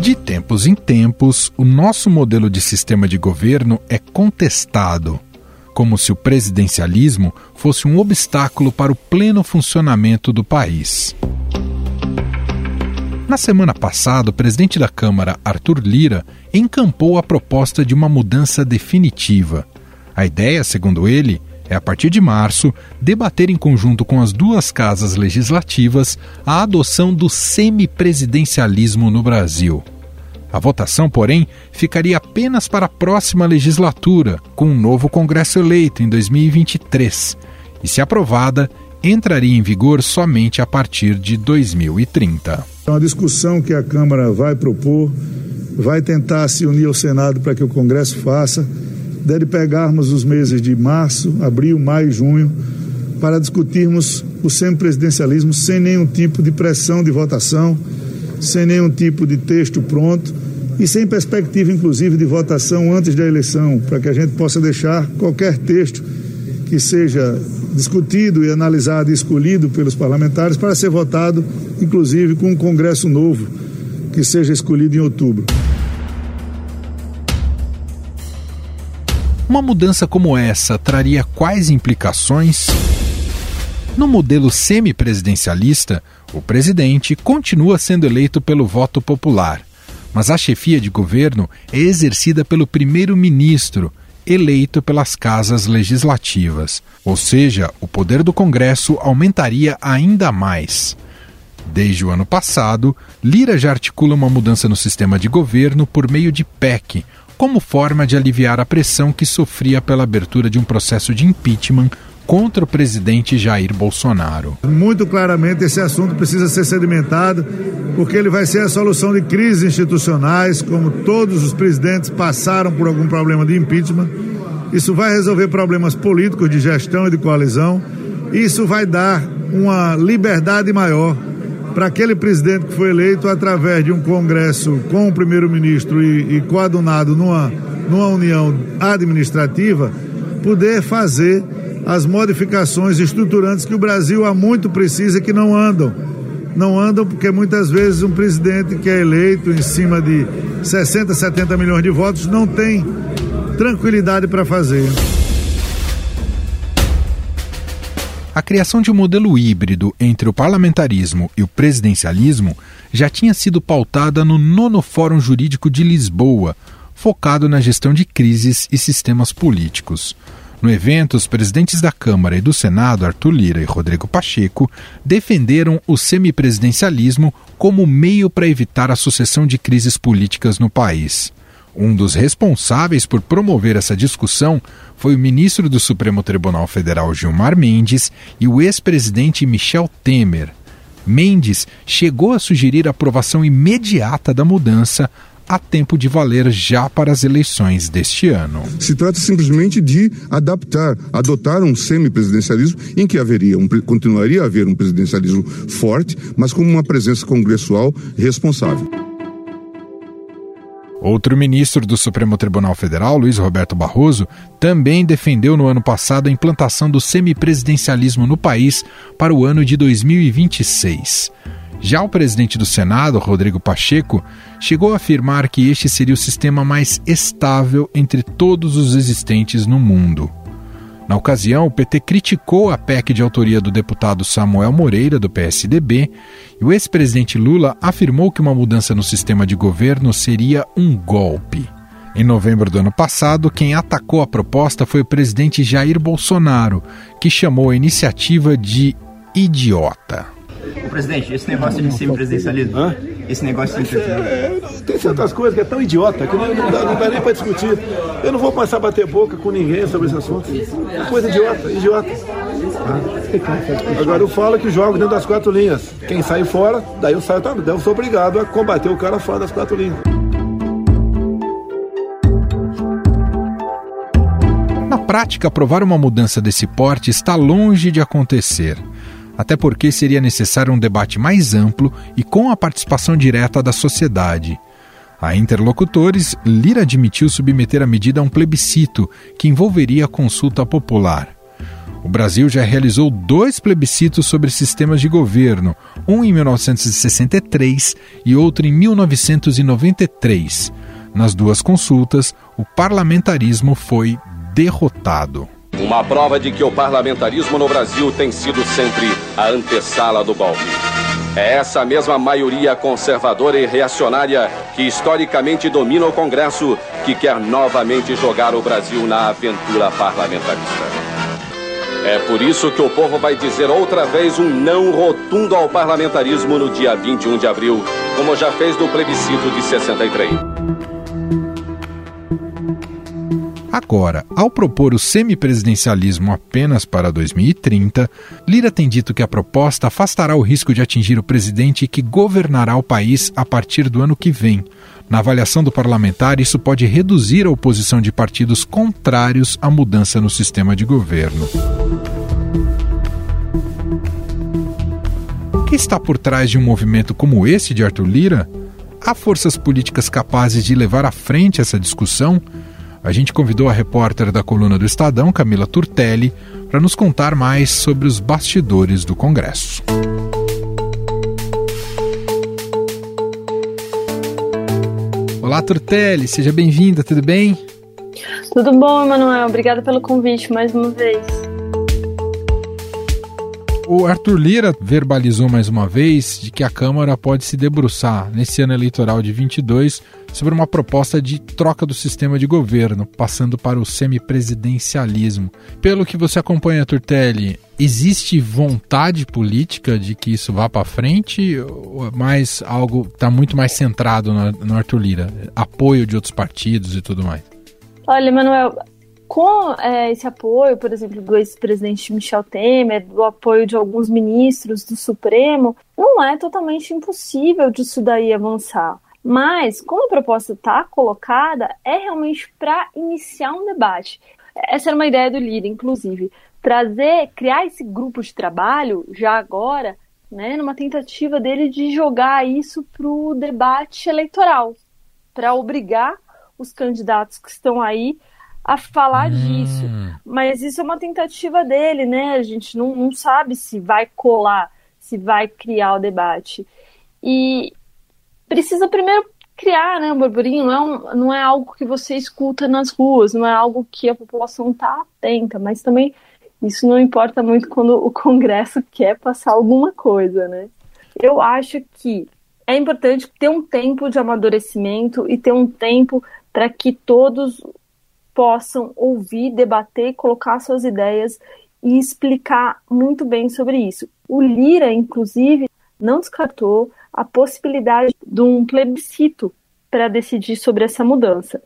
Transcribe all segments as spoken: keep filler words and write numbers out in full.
De tempos em tempos, o nosso modelo de sistema de governo é contestado, como se o presidencialismo fosse um obstáculo para o pleno funcionamento do país. Na semana passada, o presidente da Câmara, Arthur Lira, encampou a proposta de uma mudança definitiva. A ideia, segundo ele, é, a partir de março, debater em conjunto com as duas casas legislativas a adoção do semipresidencialismo no Brasil. A votação, porém, ficaria apenas para a próxima legislatura, com um novo Congresso eleito em dois mil e vinte e três, e, se aprovada, entraria em vigor somente a partir de dois mil e trinta. É uma discussão que a Câmara vai propor, vai tentar se unir ao Senado para que o Congresso faça. Deve pegarmos os meses de março, abril, maio e junho para discutirmos o semipresidencialismo sem nenhum tipo de pressão de votação, sem nenhum tipo de texto pronto e sem perspectiva, inclusive, de votação antes da eleição, para que a gente possa deixar qualquer texto que seja discutido e analisado e escolhido pelos parlamentares para ser votado, inclusive, com um Congresso novo que seja escolhido em outubro. Uma mudança como essa traria quais implicações? No modelo semipresidencialista, o presidente continua sendo eleito pelo voto popular, mas a chefia de governo é exercida pelo primeiro-ministro, eleito pelas casas legislativas. Ou seja, o poder do Congresso aumentaria ainda mais. Desde o ano passado, Lira já articula uma mudança no sistema de governo por meio de P E C, como forma de aliviar a pressão que sofria pela abertura de um processo de impeachment contra o presidente Jair Bolsonaro. Muito claramente esse assunto precisa ser sedimentado, porque ele vai ser a solução de crises institucionais, como todos os presidentes passaram por algum problema de impeachment. Isso vai resolver problemas políticos de gestão e de coalizão. Isso vai dar uma liberdade maior para aquele presidente que foi eleito através de um congresso com o primeiro-ministro e, e coadunado numa, numa união administrativa, poder fazer as modificações estruturantes que o Brasil há muito precisa e que não andam. Não andam porque muitas vezes um presidente que é eleito em cima de sessenta, setenta milhões de votos não tem tranquilidade para fazer. A criação de um modelo híbrido entre o parlamentarismo e o presidencialismo já tinha sido pautada no nono Fórum Jurídico de Lisboa, focado na gestão de crises e sistemas políticos. No evento, os presidentes da Câmara e do Senado, Arthur Lira e Rodrigo Pacheco, defenderam o semipresidencialismo como meio para evitar a sucessão de crises políticas no país. Um dos responsáveis por promover essa discussão foi o ministro do Supremo Tribunal Federal, Gilmar Mendes, e o ex-presidente Michel Temer. Mendes chegou a sugerir a aprovação imediata da mudança a tempo de valer já para as eleições deste ano. Se trata simplesmente de adaptar, adotar um semipresidencialismo em que haveria um, continuaria a haver um presidencialismo forte, mas com uma presença congressual responsável. Outro ministro do Supremo Tribunal Federal, Luiz Roberto Barroso, também defendeu no ano passado a implantação do semipresidencialismo no país para o ano de dois mil e vinte e seis. Já o presidente do Senado, Rodrigo Pacheco, chegou a afirmar que este seria o sistema mais estável entre todos os existentes no mundo. Na ocasião, o P T criticou a P E C de autoria do deputado Samuel Moreira, do P S D B, e o ex-presidente Lula afirmou que uma mudança no sistema de governo seria um golpe. Em novembro do ano passado, quem atacou a proposta foi o presidente Jair Bolsonaro, que chamou a iniciativa de idiota. Ô, presidente, esse negócio de semipresidencialismo, Hã? esse negócio de semipresidencialismo... É, tem certas coisas que é tão idiota que não, não, dá, não dá nem para discutir. Eu não vou começar a bater boca com ninguém sobre esse assunto. É coisa idiota, idiota. Ah. Agora eu falo que jogo dentro das quatro linhas. Quem sai fora, daí eu saio, daí eu sou obrigado a combater o cara fora das quatro linhas. Na prática, aprovar uma mudança desse porte está longe de acontecer. Até porque seria necessário um debate mais amplo e com a participação direta da sociedade. A interlocutores, Lira admitiu submeter a medida a um plebiscito, que envolveria a consulta popular. O Brasil já realizou dois plebiscitos sobre sistemas de governo, um em mil novecentos e sessenta e três e outro em mil novecentos e noventa e três. Nas duas consultas, o parlamentarismo foi derrotado. Uma prova de que o parlamentarismo no Brasil tem sido sempre a antessala do golpe. É essa mesma maioria conservadora e reacionária que historicamente domina o Congresso que quer novamente jogar o Brasil na aventura parlamentarista. É por isso que o povo vai dizer outra vez um não rotundo ao parlamentarismo no dia vinte e um de abril, como já fez no plebiscito de sessenta e três. Agora, ao propor o semipresidencialismo apenas para dois mil e trinta, Lira tem dito que a proposta afastará o risco de atingir o presidente que governará o país a partir do ano que vem. Na avaliação do parlamentar, isso pode reduzir a oposição de partidos contrários à mudança no sistema de governo. O que está por trás de um movimento como esse de Arthur Lira? Há forças políticas capazes de levar à frente essa discussão? A gente convidou a repórter da coluna do Estadão, Camila Turtelli, para nos contar mais sobre os bastidores do Congresso. Olá, Turtelli, seja bem-vinda, tudo bem? Tudo bom, Emanuel. Obrigada pelo convite mais uma vez. O Arthur Lira verbalizou mais uma vez de que a Câmara pode se debruçar nesse ano eleitoral de vinte e dois sobre uma proposta de troca do sistema de governo, passando para o semipresidencialismo. Pelo que você acompanha, Turtelli, existe vontade política de que isso vá para frente ou é mais algo que está muito mais centrado no, no Arthur Lira? Apoio de outros partidos e tudo mais? Olha, Emanuel, com é, esse apoio, por exemplo, do ex-presidente Michel Temer, do apoio de alguns ministros do Supremo, não é totalmente impossível disso daí avançar. Mas, como a proposta está colocada, é realmente para iniciar um debate. Essa era uma ideia do Lira, inclusive, trazer, criar esse grupo de trabalho, já agora, né, numa tentativa dele de jogar isso para o debate eleitoral, para obrigar os candidatos que estão aí a falar hum. disso. Mas isso é uma tentativa dele, né? A gente não, não sabe se vai colar, se vai criar o debate. E precisa primeiro criar, né, um burburinho. Não é, um, não é algo que você escuta nas ruas, não é algo que a população está atenta, mas também isso não importa muito quando o Congresso quer passar alguma coisa, né? Eu acho que é importante ter um tempo de amadurecimento e ter um tempo para que todos possam ouvir, debater, colocar suas ideias e explicar muito bem sobre isso. O Lira, inclusive, não descartou a possibilidade de um plebiscito para decidir sobre essa mudança.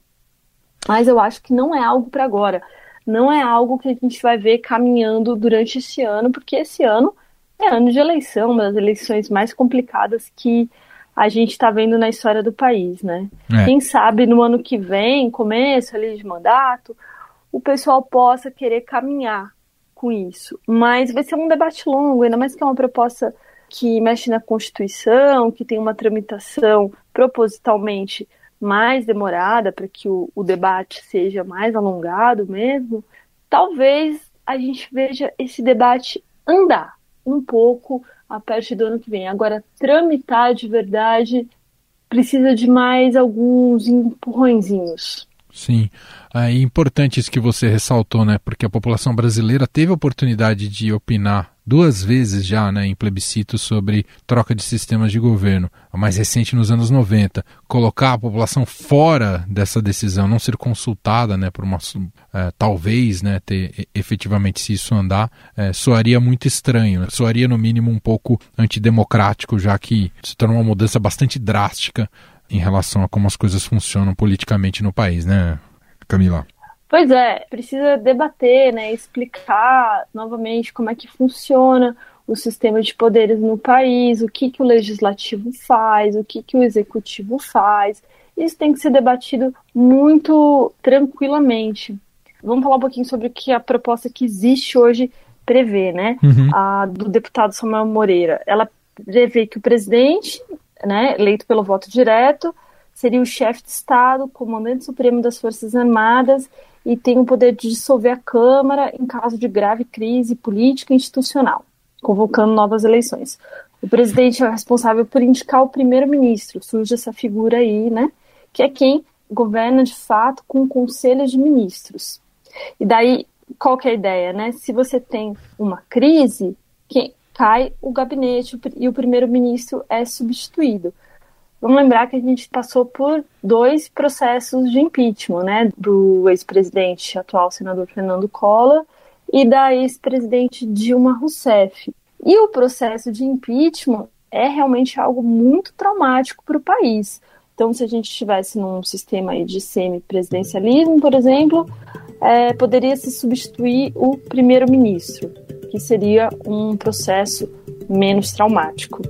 Mas eu acho que não é algo para agora. Não é algo que a gente vai ver caminhando durante esse ano, porque esse ano é ano de eleição, uma das eleições mais complicadas que a gente está vendo na história do país, né? É. Quem sabe no ano que vem, começo ali de mandato, o pessoal possa querer caminhar com isso. Mas vai ser um debate longo, ainda mais que é uma proposta que mexe na Constituição, que tem uma tramitação propositalmente mais demorada para que o, o debate seja mais alongado mesmo. Talvez a gente veja esse debate andar um pouco a partir do ano que vem. Agora, tramitar de verdade precisa de mais alguns empurrõezinhos. Sim, é importante isso que você ressaltou, né? Porque a população brasileira teve a oportunidade de opinar duas vezes já, né, em plebiscito sobre troca de sistemas de governo. A mais recente nos anos noventa. Colocar a população fora dessa decisão, não ser consultada, né, por uma, é, talvez, né, ter efetivamente, se isso andar, é, soaria muito estranho, né? Soaria no mínimo um pouco antidemocrático, já que se tornou uma mudança bastante drástica em relação a como as coisas funcionam politicamente no país, né, Camila? Pois é, precisa debater, né, explicar novamente como é que funciona o sistema de poderes no país, o que, que o legislativo faz, o que, que o executivo faz. Isso tem que ser debatido muito tranquilamente. Vamos falar um pouquinho sobre o que a proposta que existe hoje prevê, né? Uhum. A do deputado Samuel Moreira. Ela prevê que o presidente, né, eleito pelo voto direto, seria o chefe de Estado, comandante supremo das Forças Armadas e tem o poder de dissolver a Câmara em caso de grave crise política e institucional, convocando novas eleições. o presidente é responsável por indicar o primeiro-ministro, surge essa figura aí, né, que é quem governa de fato com o conselho de ministros. E daí, qual que é a ideia, né? Se você tem uma crise, quem cai o gabinete e o primeiro-ministro é substituído. Vamos lembrar que a gente passou por dois processos de impeachment, né? Do ex-presidente, atual senador Fernando Collor, e da ex-presidente Dilma Rousseff. E o processo de impeachment é realmente algo muito traumático para o país. Então, se a gente estivesse num sistema aí de semipresidencialismo, por exemplo, é, poderia se substituir o primeiro-ministro, que seria um processo menos traumático.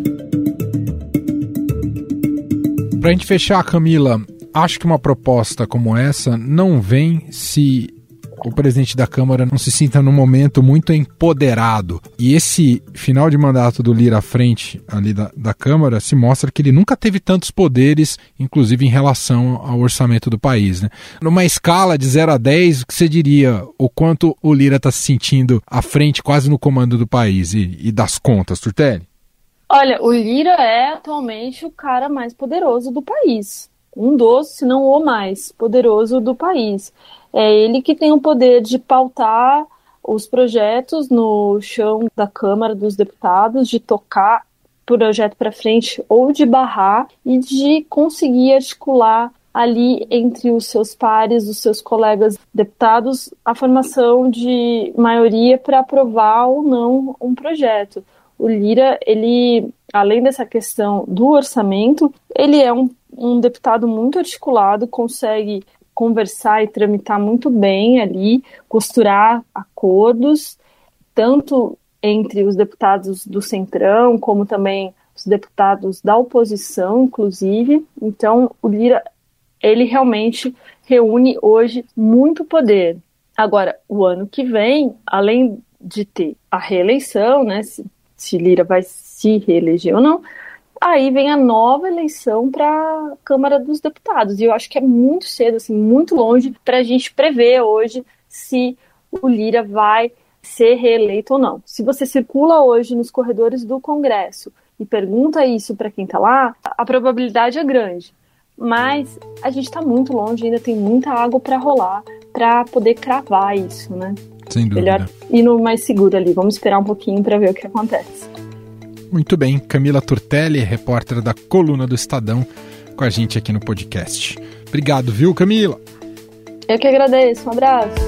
Para a gente fechar, Camila, acho que uma proposta como essa não vem se o presidente da Câmara não se sinta num momento muito empoderado. E esse final de mandato do Lira à frente ali da, da Câmara se mostra que ele nunca teve tantos poderes, inclusive em relação ao orçamento do país, né? Numa escala de zero a dez, o que você diria o quanto o Lira está se sentindo à frente, quase no comando do país e, e das contas, Turtelli? Olha, o Lira é atualmente o cara mais poderoso do país. Um dos, se não o mais poderoso do país. É ele que tem o poder de pautar os projetos no chão da Câmara dos Deputados, de tocar projeto para frente ou de barrar e de conseguir articular ali entre os seus pares, os seus colegas deputados, a formação de maioria para aprovar ou não um projeto. O Lira, ele, além dessa questão do orçamento, ele é um, um deputado muito articulado, consegue conversar e tramitar muito bem ali, costurar acordos, tanto entre os deputados do Centrão, como também os deputados da oposição, inclusive. Então, o Lira, ele realmente reúne hoje muito poder. Agora, o ano que vem, além de ter a reeleição, né, se, se Lira vai se reeleger ou não, aí vem a nova eleição para a Câmara dos Deputados. E eu acho que é muito cedo, assim, muito longe para a gente prever hoje se o Lira vai ser reeleito ou não. Se você circula hoje nos corredores do Congresso e pergunta isso para quem está lá, a probabilidade é grande. Mas a gente está muito longe, ainda tem muita água para rolar para poder cravar isso, né? Sem dúvida. Melhor ir no mais seguro ali. Vamos esperar um pouquinho para ver o que acontece. Muito bem, Camila Turtelli, repórter da Coluna do Estadão, com a gente aqui no podcast. Obrigado, viu, Camila? Eu que agradeço, um abraço.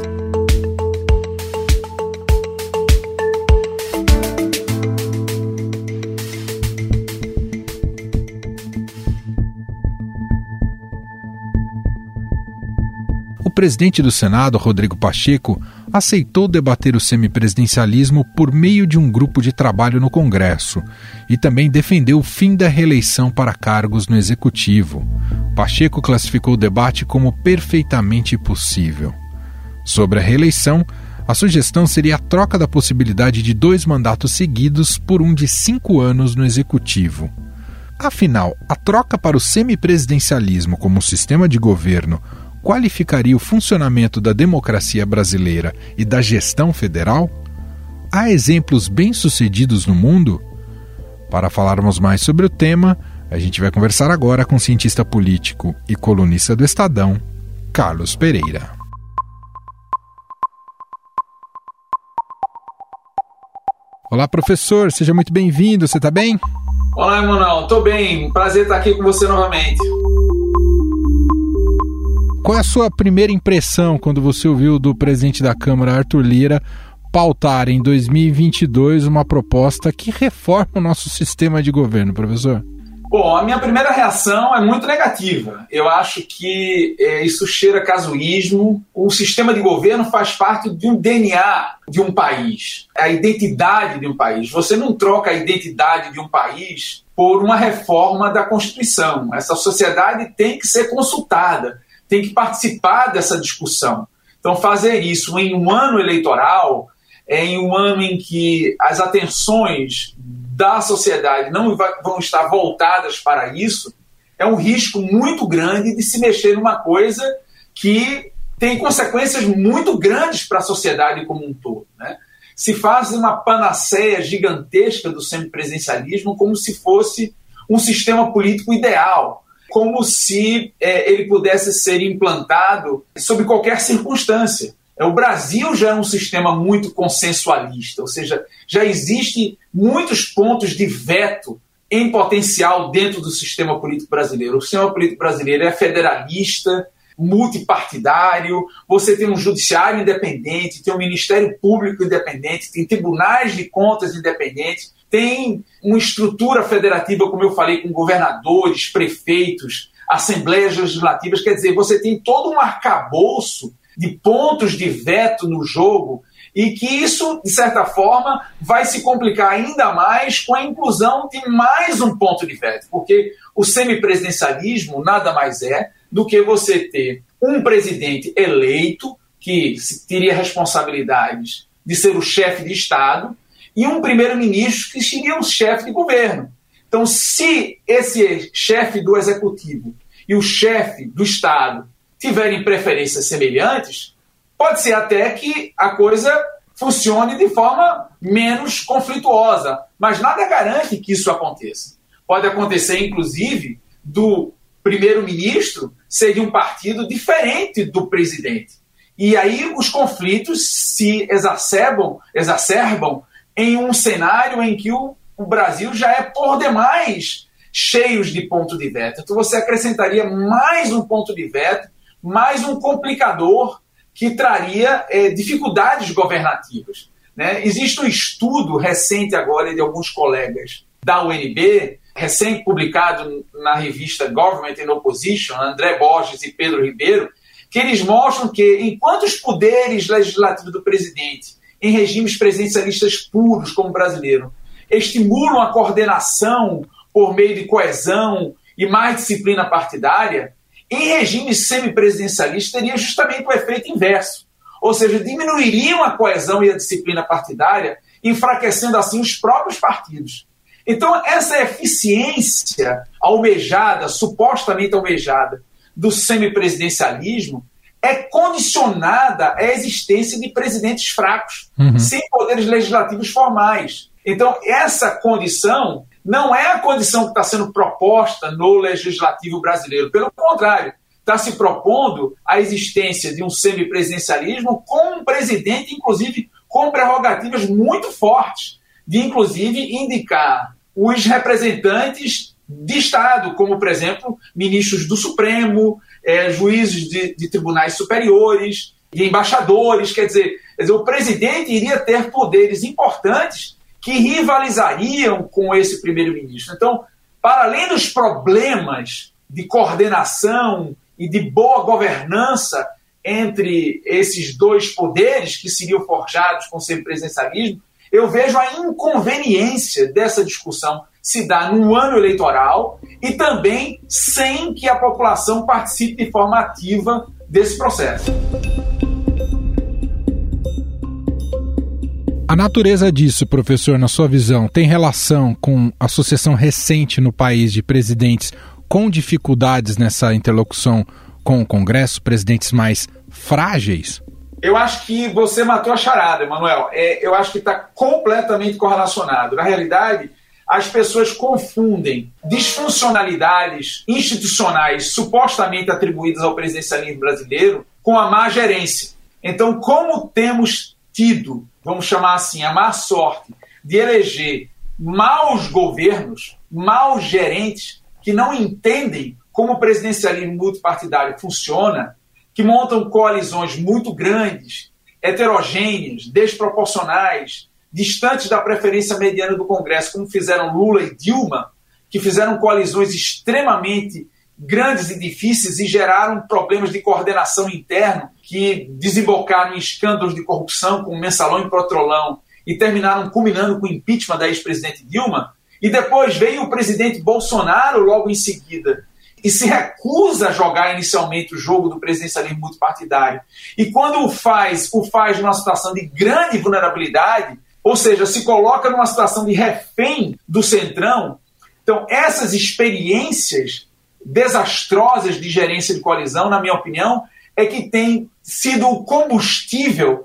O presidente do Senado, Rodrigo Pacheco, aceitou debater o semipresidencialismo por meio de um grupo de trabalho no Congresso e também defendeu o fim da reeleição para cargos no Executivo. Pacheco classificou o debate como perfeitamente possível. Sobre a reeleição, a sugestão seria a troca da possibilidade de dois mandatos seguidos por um de cinco anos no Executivo. Afinal, a troca para o semipresidencialismo como sistema de governo qualificaria o funcionamento da democracia brasileira e da gestão federal? Há exemplos bem-sucedidos no mundo? Para falarmos mais sobre o tema, a gente vai conversar agora com o cientista político e colunista do Estadão, Carlos Pereira. Olá, professor, seja muito bem-vindo, você está bem? Olá, Emanuel, estou bem, prazer estar aqui com você novamente. Qual é a sua primeira impressão quando você ouviu do presidente da Câmara, Arthur Lira, pautar em dois mil e vinte e dois uma proposta que reforma o nosso sistema de governo, professor? Bom, a minha primeira reação é muito negativa. Eu acho que é, isso cheira casuísmo. O sistema de governo faz parte de um D N A de um país, a identidade de um país. Você não troca a identidade de um país por uma reforma da Constituição. Essa sociedade tem que ser consultada, tem que participar dessa discussão. Então, fazer isso em um ano eleitoral, em um ano em que as atenções da sociedade não vão estar voltadas para isso, é um risco muito grande de se mexer numa coisa que tem consequências muito grandes para a sociedade como um todo, né? se faz uma panaceia gigantesca do semipresidencialismo como se fosse um sistema político ideal, como se é, ele pudesse ser implantado sob qualquer circunstância. O Brasil já é um sistema muito consensualista, ou seja, já existem muitos pontos de veto em potencial dentro do sistema político brasileiro. O sistema político brasileiro é federalista, multipartidário, você tem um judiciário independente, tem um Ministério Público independente, tem tribunais de contas independentes, tem uma estrutura federativa, como eu falei, com governadores, prefeitos, assembleias legislativas, quer dizer, você tem todo um arcabouço de pontos de veto no jogo e que isso, de certa forma, vai se complicar ainda mais com a inclusão de mais um ponto de veto, porque o semipresidencialismo nada mais é do que você ter um presidente eleito, que teria responsabilidades de ser o chefe de Estado, e um primeiro-ministro que seria o chefe de governo. Então, se esse chefe do executivo e o chefe do Estado tiverem preferências semelhantes, pode ser até que a coisa funcione de forma menos conflituosa, mas nada garante que isso aconteça. Pode acontecer, inclusive, do primeiro-ministro ser de um partido diferente do presidente. E aí os conflitos se exacerbam, exacerbam em um cenário em que o, o Brasil já é por demais cheios de ponto de veto. Então você acrescentaria mais um ponto de veto, mais um complicador que traria é, dificuldades governativas. Né? Existe um estudo recente agora de alguns colegas da U N B, recém publicado na revista Government in Opposition, André Borges e Pedro Ribeiro, que eles mostram que enquanto os poderes legislativos do presidente, em regimes presidencialistas puros como o brasileiro, estimulam a coordenação por meio de coesão e mais disciplina partidária, em regimes semipresidencialistas teria justamente o efeito inverso. Ou seja, diminuiriam a coesão e a disciplina partidária, enfraquecendo assim os próprios partidos. Então, essa eficiência almejada, supostamente almejada, do semipresidencialismo é condicionada à existência de presidentes fracos, uhum. sem poderes legislativos formais. Então, essa condição não é a condição que está sendo proposta no legislativo brasileiro. Pelo contrário, está se propondo a existência de um semipresidencialismo com um presidente, inclusive, com prerrogativas muito fortes, de, inclusive, indicar os representantes de Estado, como, por exemplo, ministros do Supremo, eh, juízes de, de tribunais superiores, e embaixadores. Quer dizer, quer dizer, o presidente iria ter poderes importantes que rivalizariam com esse primeiro-ministro. Então, para além dos problemas de coordenação e de boa governança entre esses dois poderes que seriam forjados com o semipresidencialismo, eu vejo a inconveniência dessa discussão se dar no ano eleitoral e também sem que a população participe de forma ativa desse processo. A natureza disso, professor, na sua visão, tem relação com a sucessão recente no país de presidentes com dificuldades nessa interlocução com o Congresso, presidentes mais frágeis? Eu acho que você matou a charada, Emanuel. É, eu acho que está completamente correlacionado. Na realidade, as pessoas confundem disfuncionalidades institucionais supostamente atribuídas ao presidencialismo brasileiro com a má gerência. Então, como temos tido, vamos chamar assim, a má sorte de eleger maus governos, maus gerentes, que não entendem como o presidencialismo multipartidário funciona, que montam coalizões muito grandes, heterogêneas, desproporcionais, distantes da preferência mediana do Congresso, como fizeram Lula e Dilma, que fizeram coalizões extremamente grandes e difíceis e geraram problemas de coordenação interno que desembocaram em escândalos de corrupção com Mensalão e Petrolão e terminaram culminando com o impeachment da ex-presidente Dilma. E depois veio o presidente Bolsonaro logo em seguida e se recusa a jogar inicialmente o jogo do presidencialismo multipartidário. E quando o faz, o faz numa situação de grande vulnerabilidade, ou seja, se coloca numa situação de refém do Centrão. Então, essas experiências desastrosas de gerência de coalizão, na minha opinião, é que tem sido o combustível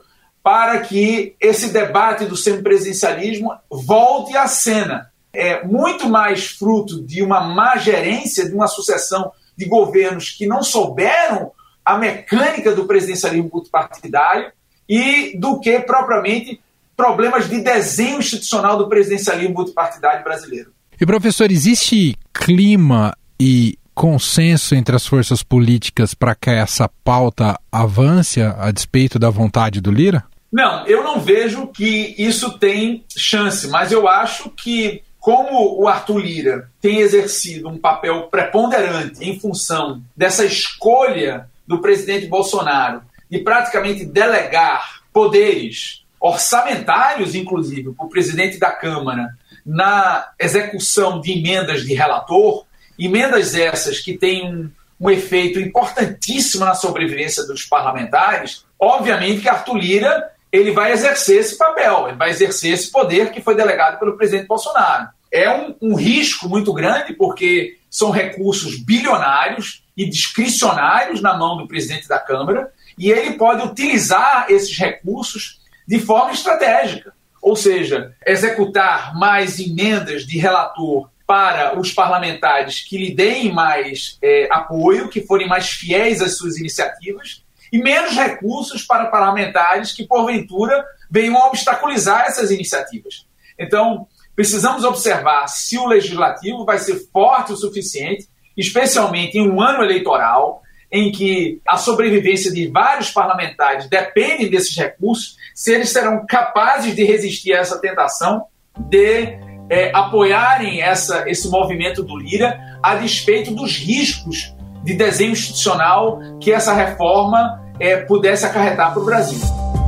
para que esse debate do semipresidencialismo volte à cena. É muito mais fruto de uma má gerência, de uma sucessão de governos que não souberam a mecânica do presidencialismo multipartidário e do que propriamente problemas de desenho institucional do presidencialismo multipartidário brasileiro. E, professor, existe clima e consenso entre as forças políticas para que essa pauta avance a despeito da vontade do Lira? Não, eu não vejo que isso tem chance, mas eu acho que, como o Arthur Lira tem exercido um papel preponderante em função dessa escolha do presidente Bolsonaro de praticamente delegar poderes orçamentários, inclusive, para o presidente da Câmara na execução de emendas de relator, emendas essas que têm um, um efeito importantíssimo na sobrevivência dos parlamentares, obviamente que Arthur Lira ele vai exercer esse papel, ele vai exercer esse poder que foi delegado pelo presidente Bolsonaro. É um, um risco muito grande, porque são recursos bilionários e discricionários na mão do presidente da Câmara, e ele pode utilizar esses recursos de forma estratégica, ou seja, executar mais emendas de relator para os parlamentares que lhe deem mais é, apoio, que forem mais fiéis às suas iniciativas, e menos recursos para parlamentares que, porventura, venham a obstaculizar essas iniciativas. Então, precisamos observar se o legislativo vai ser forte o suficiente, especialmente em um ano eleitoral, em que a sobrevivência de vários parlamentares depende desses recursos, se eles serão capazes de resistir a essa tentação de é, apoiarem essa, esse movimento do Lira a despeito dos riscos de desenho institucional que essa reforma é, pudesse acarretar para o Brasil.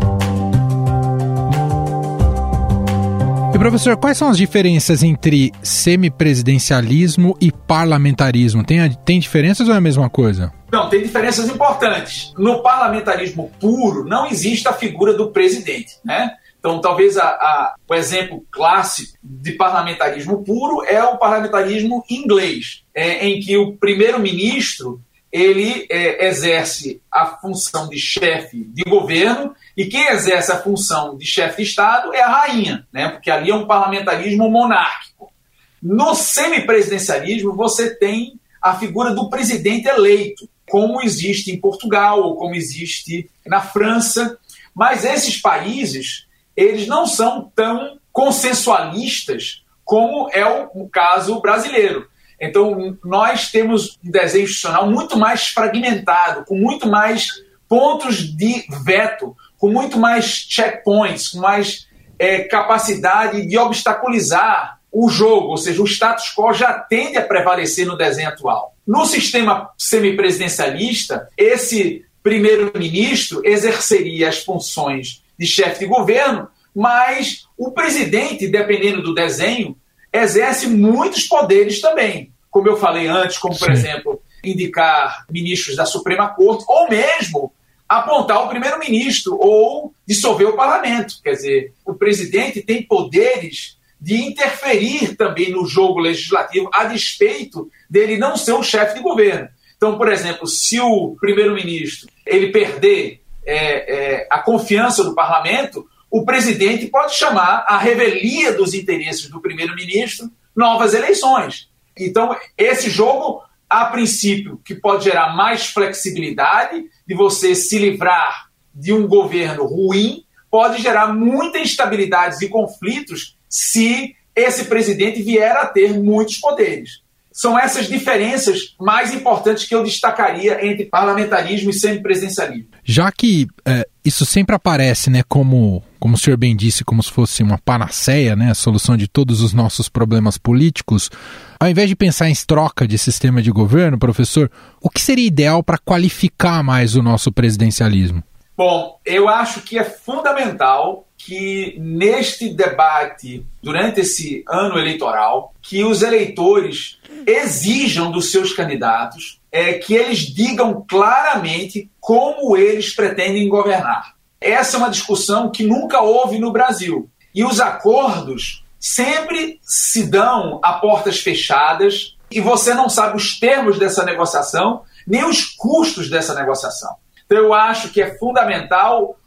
E, professor, quais são as diferenças entre semipresidencialismo e parlamentarismo? Tem, tem diferenças ou é a mesma coisa? Não, tem diferenças importantes. No parlamentarismo puro, não existe a figura do presidente, né? Então, talvez a, a, o exemplo clássico de parlamentarismo puro é o parlamentarismo inglês, é, em que o primeiro-ministro ele é, exerce a função de chefe de governo e quem exerce a função de chefe de Estado é a rainha, né? Porque ali é um parlamentarismo monárquico. No semipresidencialismo, você tem a figura do presidente eleito, como existe em Portugal ou como existe na França, mas esses países eles não são tão consensualistas como é o, o caso brasileiro. Então, nós temos um desenho institucional muito mais fragmentado, com muito mais pontos de veto, com muito mais checkpoints, com mais é, capacidade de obstaculizar o jogo, ou seja, o status quo já tende a prevalecer no desenho atual. No sistema semipresidencialista, esse primeiro-ministro exerceria as funções de chefe de governo, mas o presidente, dependendo do desenho, exerce muitos poderes também. Como eu falei antes, como, por Sim. exemplo, indicar ministros da Suprema Corte, ou mesmo apontar o primeiro-ministro, ou dissolver o parlamento. Quer dizer, o presidente tem poderes de interferir também no jogo legislativo, a despeito dele não ser o chefe de governo. Então, por exemplo, se o primeiro-ministro ele perder é, é, a confiança do parlamento, o presidente pode chamar à revelia dos interesses do primeiro-ministro novas eleições. Então, esse jogo, a princípio, que pode gerar mais flexibilidade de você se livrar de um governo ruim, pode gerar muita instabilidade e conflitos se esse presidente vier a ter muitos poderes. São essas diferenças mais importantes que eu destacaria entre parlamentarismo e semipresidencialismo. Já que é, isso sempre aparece, né, como, como o senhor bem disse, como se fosse uma panaceia, né, a solução de todos os nossos problemas políticos, ao invés de pensar em troca de sistema de governo, professor, o que seria ideal para qualificar mais o nosso presidencialismo? Bom, eu acho que é fundamental que neste debate, durante esse ano eleitoral, que os eleitores exijam dos seus candidatos é, que eles digam claramente como eles pretendem governar. Essa é uma discussão que nunca houve no Brasil. E os acordos sempre se dão a portas fechadas e você não sabe os termos dessa negociação, nem os custos dessa negociação. Então eu acho que é fundamental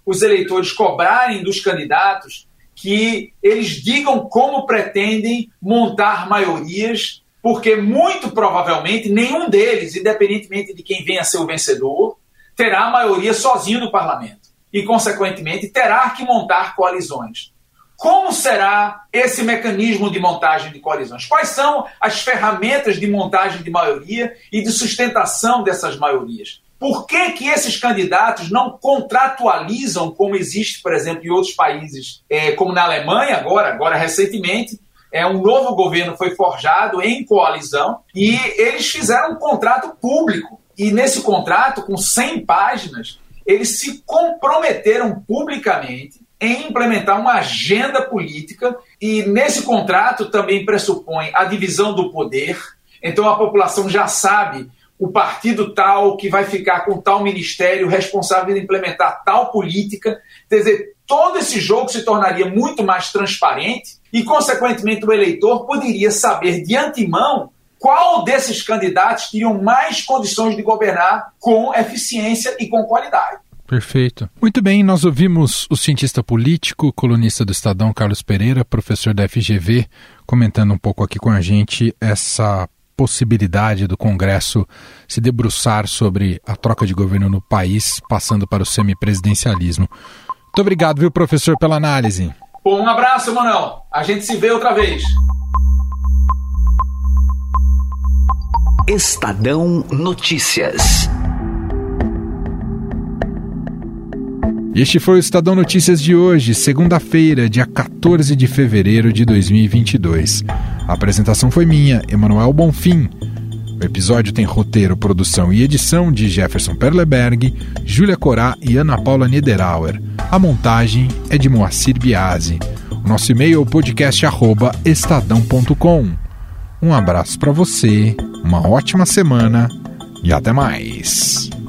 os eleitores cobrarem dos candidatos que eles digam como pretendem montar maiorias, porque muito provavelmente nenhum deles, independentemente de quem venha a ser o vencedor, terá a maioria sozinho no parlamento e, consequentemente, terá que montar coalizões. Como será esse mecanismo de montagem de coalizões? Quais são as ferramentas de montagem de maioria e de sustentação dessas maiorias? Por que que esses candidatos não contratualizam, como existe, por exemplo, em outros países, é, como na Alemanha, agora, agora recentemente, é, um novo governo foi forjado em coalizão e eles fizeram um contrato público. E nesse contrato, com cem páginas, eles se comprometeram publicamente em implementar uma agenda política e nesse contrato também pressupõe a divisão do poder. Então a população já sabe o partido tal que vai ficar com tal ministério responsável de implementar tal política. Quer dizer, todo esse jogo se tornaria muito mais transparente e, consequentemente, o eleitor poderia saber de antemão qual desses candidatos teriam mais condições de governar com eficiência e com qualidade. Perfeito. Muito bem, nós ouvimos o cientista político, colunista do Estadão, Carlos Pereira, professor da F G V, comentando um pouco aqui com a gente essa possibilidade do Congresso se debruçar sobre a troca de governo no país, passando para o semipresidencialismo. Muito obrigado, viu, professor, pela análise. Bom, um abraço, Manuel. A gente se vê outra vez. Estadão Notícias. Este foi o Estadão Notícias de hoje, segunda-feira, dia quatorze de fevereiro de dois mil e vinte e dois. A apresentação foi minha, Emanuel Bonfim. O episódio tem roteiro, produção e edição de Jefferson Perleberg, Júlia Corá e Ana Paula Niederauer. A montagem é de Moacir Biasi. O nosso e-mail é podcast arroba estadão ponto com. Um abraço para você, uma ótima semana e até mais.